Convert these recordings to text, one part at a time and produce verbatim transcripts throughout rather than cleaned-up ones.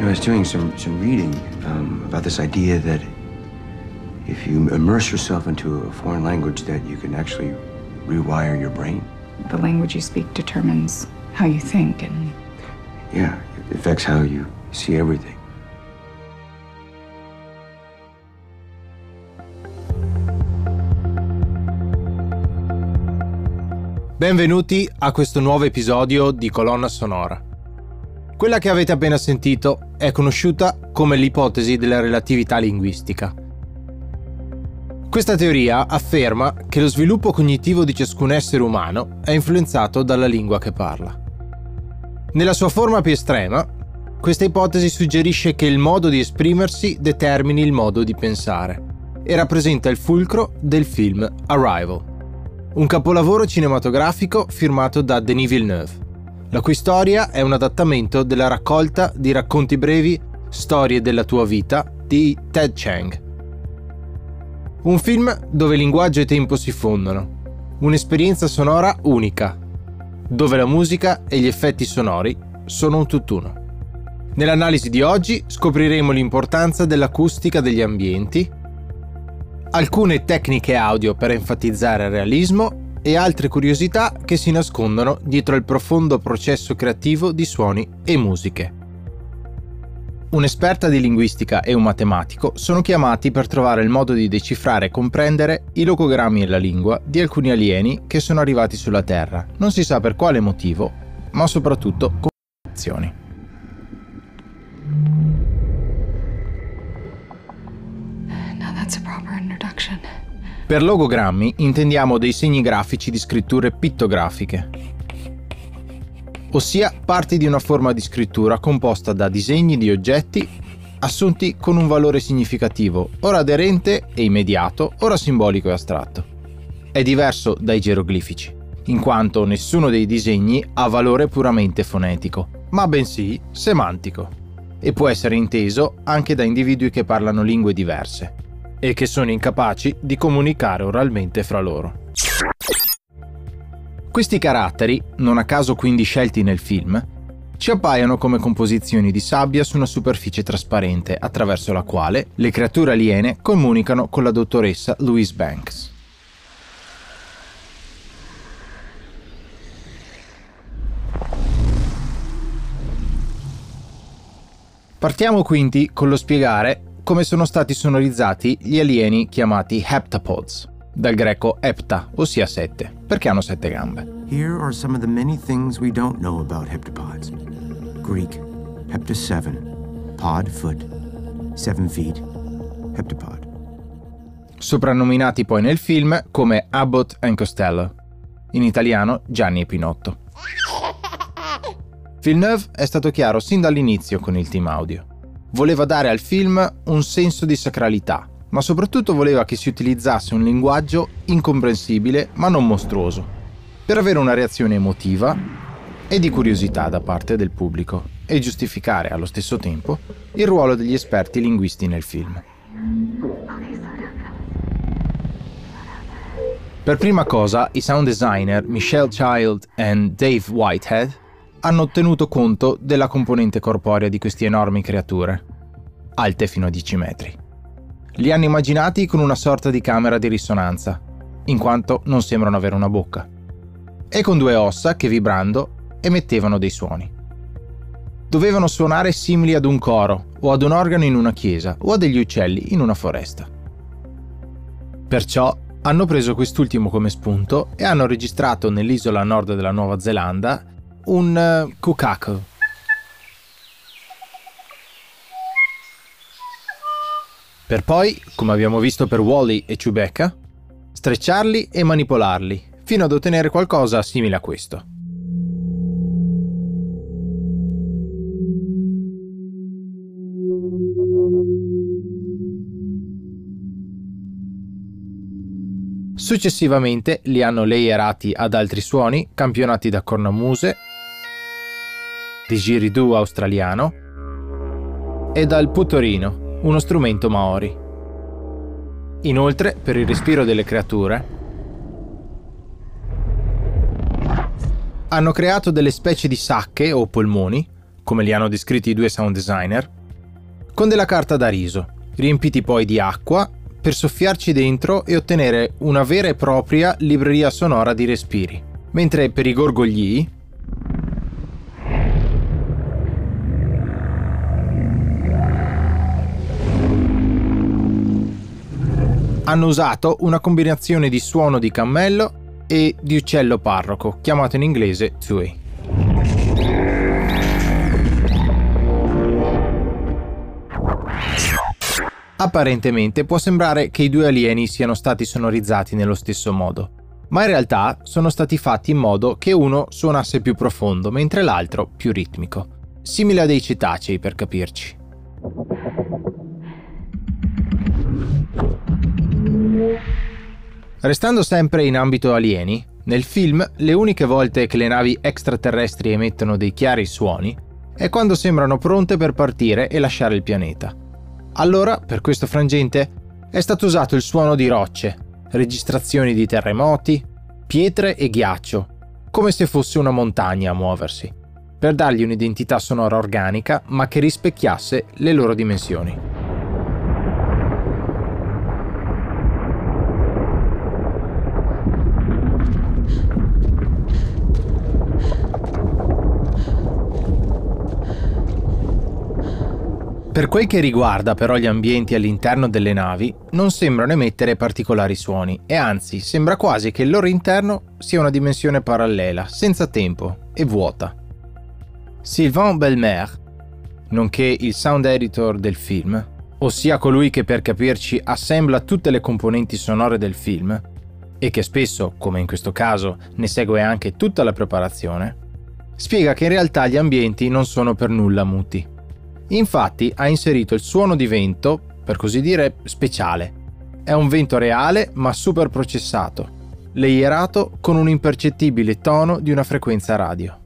know, I was doing some, some reading um, about this idea that if you immerse yourself into a foreign language, that you can actually rewire your brain. The language you speak determines how you think and... Yeah, it affects how you see everything. Benvenuti a questo nuovo episodio di Colonna Sonora. Quella che avete appena sentito è conosciuta come l'ipotesi della relatività linguistica. Questa teoria afferma che lo sviluppo cognitivo di ciascun essere umano è influenzato dalla lingua che parla. Nella sua forma più estrema, questa ipotesi suggerisce che il modo di esprimersi determini il modo di pensare e rappresenta il fulcro del film Arrival, un capolavoro cinematografico firmato da Denis Villeneuve, la cui storia è un adattamento della raccolta di racconti brevi Storie della tua vita di Ted Chiang. Un film dove linguaggio e tempo si fondono, un'esperienza sonora unica, dove la musica e gli effetti sonori sono un tutt'uno. Nell'analisi di oggi scopriremo l'importanza dell'acustica degli ambienti, alcune tecniche audio per enfatizzare il realismo e altre curiosità che si nascondono dietro il profondo processo creativo di suoni e musiche. Un'esperta di linguistica e un matematico sono chiamati per trovare il modo di decifrare e comprendere i logogrammi e la lingua di alcuni alieni che sono arrivati sulla Terra, non si sa per quale motivo, ma soprattutto con azioni. Now that's a proper introduction. Per logogrammi intendiamo dei segni grafici di scritture pittografiche, ossia parti di una forma di scrittura composta da disegni di oggetti assunti con un valore significativo, ora aderente e immediato, ora simbolico e astratto. È diverso dai geroglifici, in quanto nessuno dei disegni ha valore puramente fonetico, ma bensì semantico, e può essere inteso anche da individui che parlano lingue diverse e che sono incapaci di comunicare oralmente fra loro. Questi caratteri, non a caso quindi scelti nel film, ci appaiono come composizioni di sabbia su una superficie trasparente attraverso la quale le creature aliene comunicano con la dottoressa Louise Banks. Partiamo quindi con lo spiegare come sono stati sonorizzati gli alieni chiamati heptapods, dal greco hepta, ossia sette, perché hanno sette gambe. Here are some of the many things we don't know about heptapods. Greek, hepta seven, pod, foot, seven feet, heptapod. Soprannominati poi nel film come Abbott and Costello, in italiano Gianni e Pinotto. Villeneuve è stato chiaro sin dall'inizio con il team audio. Voleva dare al film un senso di sacralità, ma soprattutto voleva che si utilizzasse un linguaggio incomprensibile ma non mostruoso, per avere una reazione emotiva e di curiosità da parte del pubblico e giustificare allo stesso tempo il ruolo degli esperti linguisti nel film. Per prima cosa, i sound designer Michelle Child e Dave Whitehead hanno tenuto conto della componente corporea di queste enormi creature, alte fino a dieci metri. Li hanno immaginati con una sorta di camera di risonanza, in quanto non sembrano avere una bocca, e con due ossa che vibrando emettevano dei suoni. Dovevano suonare simili ad un coro, o ad un organo in una chiesa, o a degli uccelli in una foresta. Perciò hanno preso quest'ultimo come spunto e hanno registrato nell'isola a nord della Nuova Zelanda un uh, cucaco. Per poi, come abbiamo visto per Wall-E e Chewbacca, strecciarli e manipolarli, fino ad ottenere qualcosa simile a questo. Successivamente li hanno layerati ad altri suoni, campionati da cornamuse, didgeridoo australiano e dal putorino, uno strumento maori. Inoltre, per il respiro delle creature, hanno creato delle specie di sacche o polmoni, come li hanno descritti i due sound designer, con della carta da riso, riempiti poi di acqua per soffiarci dentro e ottenere una vera e propria libreria sonora di respiri. Mentre per i gorgogli hanno usato una combinazione di suono di cammello e di uccello parroco, chiamato in inglese tui. Apparentemente può sembrare che i due alieni siano stati sonorizzati nello stesso modo, ma in realtà sono stati fatti in modo che uno suonasse più profondo, mentre l'altro più ritmico, simile a dei cetacei per capirci. Restando sempre in ambito alieni, nel film le uniche volte che le navi extraterrestri emettono dei chiari suoni è quando sembrano pronte per partire e lasciare il pianeta. Allora, per questo frangente, è stato usato il suono di rocce, registrazioni di terremoti, pietre e ghiaccio, come se fosse una montagna a muoversi, per dargli un'identità sonora organica ma che rispecchiasse le loro dimensioni. Per quel che riguarda però gli ambienti all'interno delle navi, non sembrano emettere particolari suoni e anzi sembra quasi che il loro interno sia una dimensione parallela, senza tempo e vuota. Sylvain Belmer, nonché il sound editor del film, ossia colui che per capirci assembla tutte le componenti sonore del film e che spesso, come in questo caso, ne segue anche tutta la preparazione, spiega che in realtà gli ambienti non sono per nulla muti. Infatti ha inserito il suono di vento, per così dire, speciale. È un vento reale ma super processato, layerato con un impercettibile tono di una frequenza radio.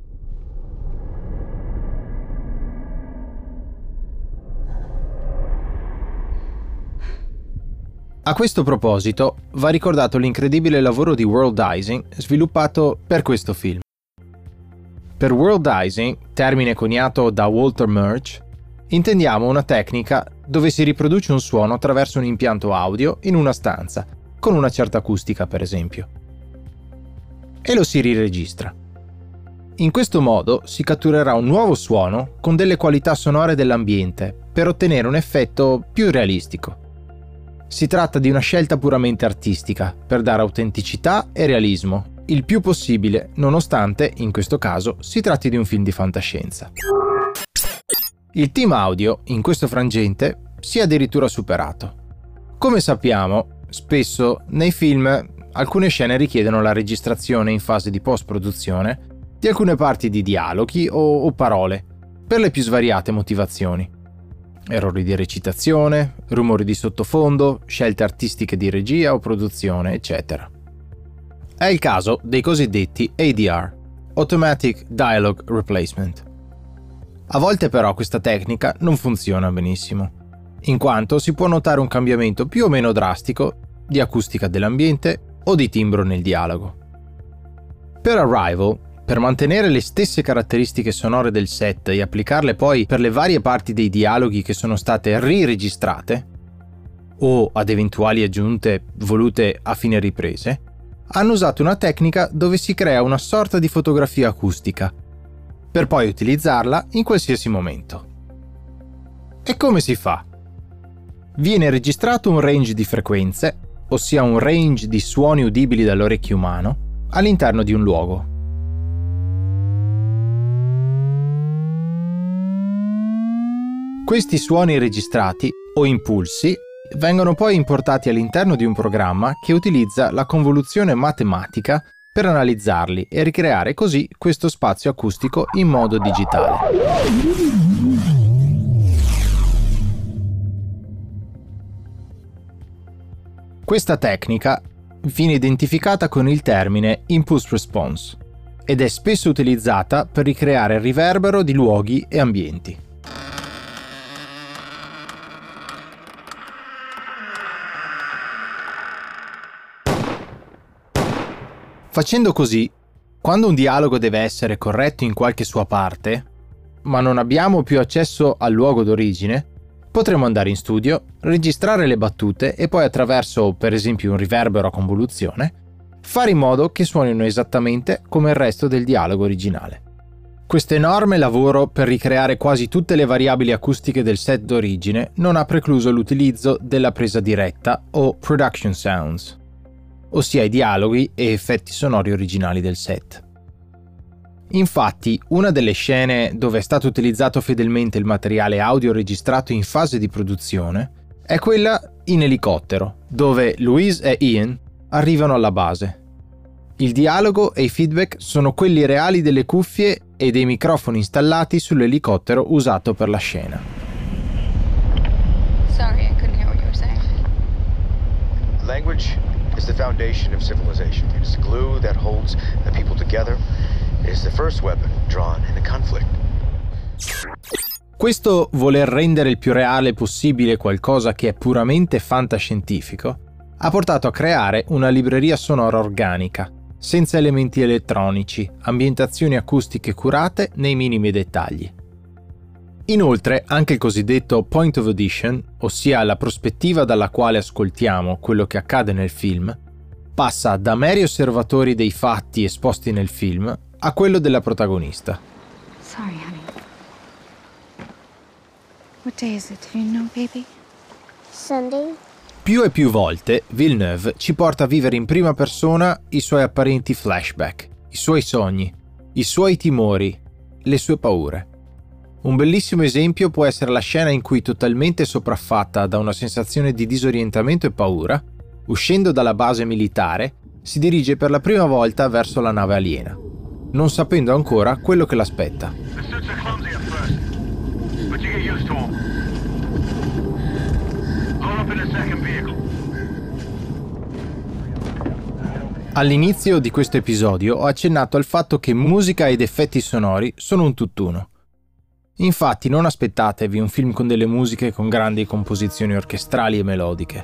A questo proposito va ricordato l'incredibile lavoro di worldizing sviluppato per questo film. Per worldizing, termine coniato da Walter Murch, intendiamo una tecnica dove si riproduce un suono attraverso un impianto audio in una stanza, con una certa acustica per esempio, e lo si riregistra. In questo modo si catturerà un nuovo suono con delle qualità sonore dell'ambiente per ottenere un effetto più realistico. Si tratta di una scelta puramente artistica per dare autenticità e realismo il più possibile, nonostante, in questo caso, si tratti di un film di fantascienza. Il team audio, in questo frangente, si è addirittura superato. Come sappiamo, spesso nei film alcune scene richiedono la registrazione in fase di post-produzione di alcune parti di dialoghi o, o parole, per le più svariate motivazioni. Errori di recitazione, rumori di sottofondo, scelte artistiche di regia o produzione, eccetera. È il caso dei cosiddetti A D R, Automatic Dialogue Replacement. A volte però questa tecnica non funziona benissimo, in quanto si può notare un cambiamento più o meno drastico di acustica dell'ambiente o di timbro nel dialogo. Per Arrival, per mantenere le stesse caratteristiche sonore del set e applicarle poi per le varie parti dei dialoghi che sono state riregistrate, o ad eventuali aggiunte volute a fine riprese, hanno usato una tecnica dove si crea una sorta di fotografia acustica, per poi utilizzarla in qualsiasi momento. E come si fa? Viene registrato un range di frequenze, ossia un range di suoni udibili dall'orecchio umano, all'interno di un luogo. Questi suoni registrati, o impulsi, vengono poi importati all'interno di un programma che utilizza la convoluzione matematica per analizzarli e ricreare così questo spazio acustico in modo digitale. Questa tecnica viene identificata con il termine impulse response ed è spesso utilizzata per ricreare il riverbero di luoghi e ambienti. Facendo così, quando un dialogo deve essere corretto in qualche sua parte, ma non abbiamo più accesso al luogo d'origine, Potremmo andare in studio, registrare le battute e poi attraverso, per esempio, un riverbero a convoluzione, fare in modo che suonino esattamente come il resto del dialogo originale. Questo enorme lavoro per ricreare quasi tutte le variabili acustiche del set d'origine non ha precluso l'utilizzo della presa diretta o production sounds, ossia i dialoghi e effetti sonori originali del set. Infatti, una delle scene dove è stato utilizzato fedelmente il materiale audio registrato in fase di produzione è quella in elicottero, dove Louise e Ian arrivano alla base. Il dialogo e i feedback sono quelli reali delle cuffie e dei microfoni installati sull'elicottero usato per la scena. Sorry, I couldn't hear what you were saying. Language is the foundation of civilization. It is the glue that holds the people together. It is the first weapon drawn in a conflict. Questo voler rendere il più reale possibile qualcosa che è puramente fantascientifico ha portato a creare una libreria sonora organica, senza elementi elettronici, ambientazioni acustiche curate nei minimi dettagli. Inoltre, anche il cosiddetto point of audition, ossia la prospettiva dalla quale ascoltiamo quello che accade nel film, passa da meri osservatori dei fatti esposti nel film a quello della protagonista. Sorry, honey. What day is it? Do you know, baby? Sunday. Più e più volte Villeneuve ci porta a vivere in prima persona i suoi apparenti flashback, i suoi sogni, i suoi timori, le sue paure. Un bellissimo esempio può essere la scena in cui, totalmente sopraffatta da una sensazione di disorientamento e paura, uscendo dalla base militare, si dirige per la prima volta verso la nave aliena, non sapendo ancora quello che l'aspetta. All'inizio di questo episodio ho accennato al fatto che musica ed effetti sonori sono un tutt'uno. Infatti non aspettatevi un film con delle musiche con grandi composizioni orchestrali e melodiche.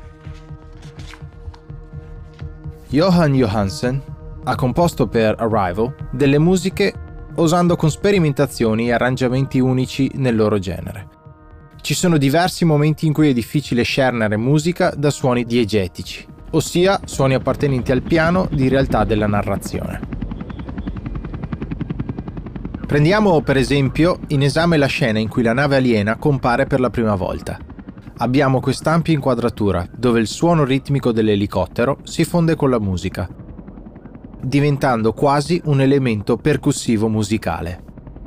Jóhann Johansen ha composto per Arrival delle musiche osando con sperimentazioni e arrangiamenti unici nel loro genere. Ci sono diversi momenti in cui è difficile scernere musica da suoni diegetici, ossia suoni appartenenti al piano di realtà della narrazione. Prendiamo per esempio in esame la scena in cui la nave aliena compare per la prima volta. Abbiamo quest'ampia inquadratura dove il suono ritmico dell'elicottero si fonde con la musica, diventando quasi un elemento percussivo musicale.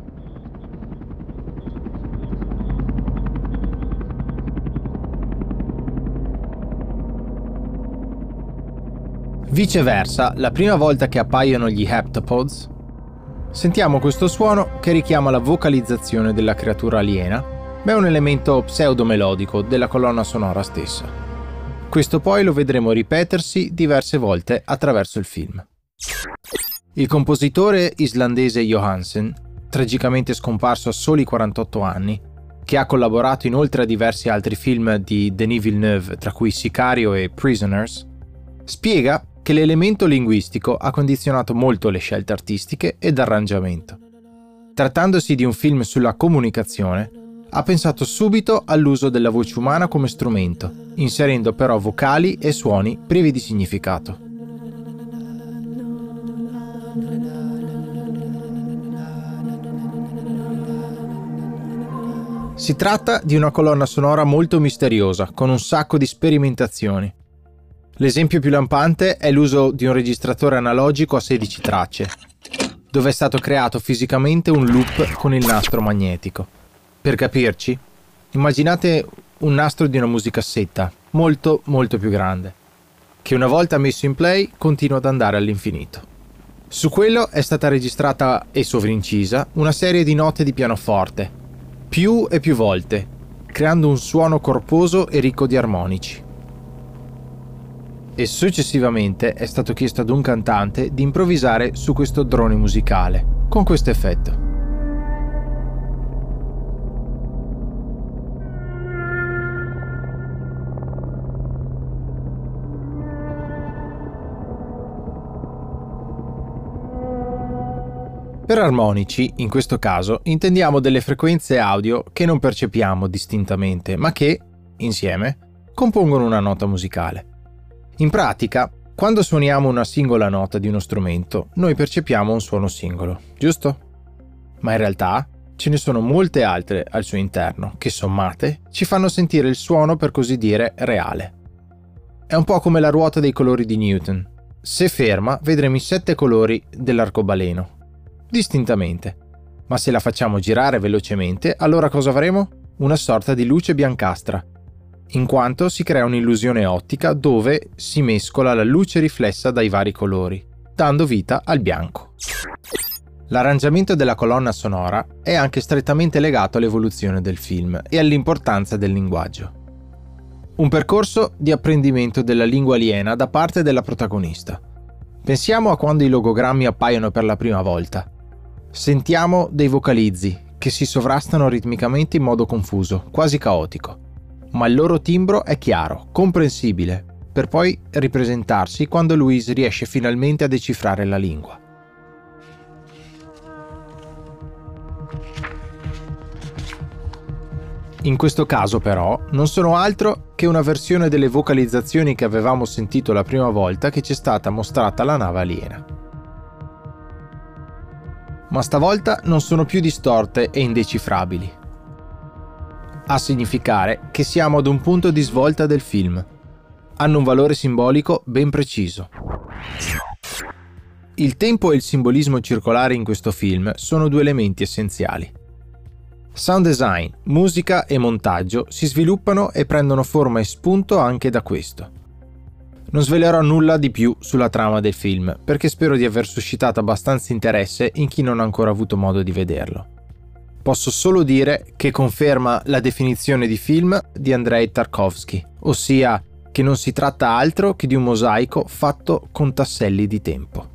Viceversa, la prima volta che appaiono gli heptapods, sentiamo questo suono che richiama la vocalizzazione della creatura aliena, ma è un elemento pseudo-melodico della colonna sonora stessa. Questo poi lo vedremo ripetersi diverse volte attraverso il film. Il compositore islandese Johansen, tragicamente scomparso a soli quarantotto anni, che ha collaborato inoltre a diversi altri film di Denis Villeneuve, tra cui Sicario e Prisoners, spiega che l'elemento linguistico ha condizionato molto le scelte artistiche ed arrangiamento. Trattandosi di un film sulla comunicazione, ha pensato subito all'uso della voce umana come strumento, inserendo però vocali e suoni privi di significato. Si tratta di una colonna sonora molto misteriosa, con un sacco di sperimentazioni. L'esempio più lampante è l'uso di un registratore analogico a sedici tracce, dove è stato creato fisicamente un loop con il nastro magnetico. Per capirci, immaginate un nastro di una musicassetta, molto molto più grande, che una volta messo in play continua ad andare all'infinito. Su quello è stata registrata e sovraincisa una serie di note di pianoforte, più e più volte, creando un suono corposo e ricco di armonici. E successivamente è stato chiesto ad un cantante di improvvisare su questo drone musicale, con questo effetto. Per armonici, in questo caso, intendiamo delle frequenze audio che non percepiamo distintamente, ma che, insieme, compongono una nota musicale. In pratica, quando suoniamo una singola nota di uno strumento, noi percepiamo un suono singolo, giusto? Ma in realtà ce ne sono molte altre al suo interno che, sommate, ci fanno sentire il suono, per così dire, reale. È un po' come la ruota dei colori di Newton. Se ferma, vedremo i sette colori dell'arcobaleno, distintamente. Ma se la facciamo girare velocemente, allora cosa avremo? Una sorta di luce biancastra, in quanto si crea un'illusione ottica dove si mescola la luce riflessa dai vari colori, dando vita al bianco. L'arrangiamento della colonna sonora è anche strettamente legato all'evoluzione del film e all'importanza del linguaggio. Un percorso di apprendimento della lingua aliena da parte della protagonista. Pensiamo a quando i logogrammi appaiono per la prima volta. Sentiamo dei vocalizzi che si sovrastano ritmicamente in modo confuso, quasi caotico, ma il loro timbro è chiaro, comprensibile, per poi ripresentarsi quando Louise riesce finalmente a decifrare la lingua. In questo caso però non sono altro che una versione delle vocalizzazioni che avevamo sentito la prima volta che ci è stata mostrata la nave aliena. Ma stavolta non sono più distorte e indecifrabili. A significare che siamo ad un punto di svolta del film. Hanno un valore simbolico ben preciso. Il tempo e il simbolismo circolare in questo film sono due elementi essenziali. Sound design, musica e montaggio si sviluppano e prendono forma e spunto anche da questo. Non svelerò nulla di più sulla trama del film, perché spero di aver suscitato abbastanza interesse in chi non ha ancora avuto modo di vederlo. Posso solo dire che conferma la definizione di film di Andrei Tarkovsky, ossia che non si tratta altro che di un mosaico fatto con tasselli di tempo.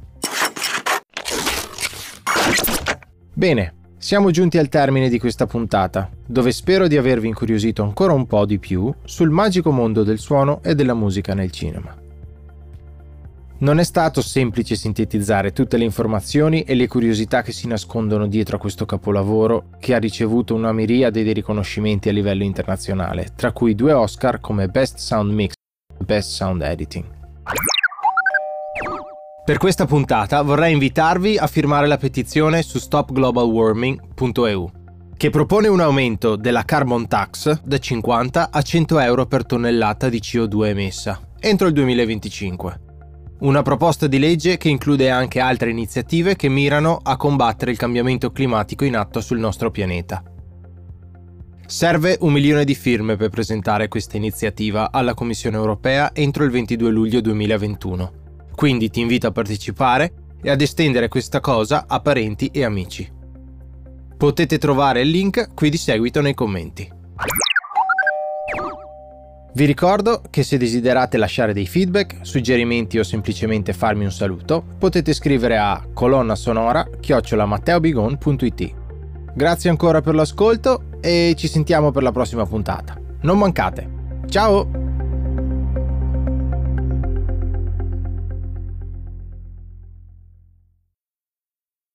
Bene, siamo giunti al termine di questa puntata, dove spero di avervi incuriosito ancora un po' di più sul magico mondo del suono e della musica nel cinema. Non è stato semplice sintetizzare tutte le informazioni e le curiosità che si nascondono dietro a questo capolavoro che ha ricevuto una miriade di riconoscimenti a livello internazionale, tra cui due Oscar come Best Sound Mix e Best Sound Editing. Per questa puntata vorrei invitarvi a firmare la petizione su stop global warming punto e u, che propone un aumento della carbon tax da cinquanta a cento euro per tonnellata di C O due emessa entro il duemilaventicinque. Una proposta di legge che include anche altre iniziative che mirano a combattere il cambiamento climatico in atto sul nostro pianeta. Serve un milione di firme per presentare questa iniziativa alla Commissione europea entro il ventidue luglio duemilaventuno. Quindi ti invito a partecipare e ad estendere questa cosa a parenti e amici. Potete trovare il link qui di seguito nei commenti. Vi ricordo che se desiderate lasciare dei feedback, suggerimenti o semplicemente farmi un saluto, potete scrivere a colonnasonora chiocciola matteobigon punto it. Grazie ancora per l'ascolto e ci sentiamo per la prossima puntata. Non mancate! Ciao!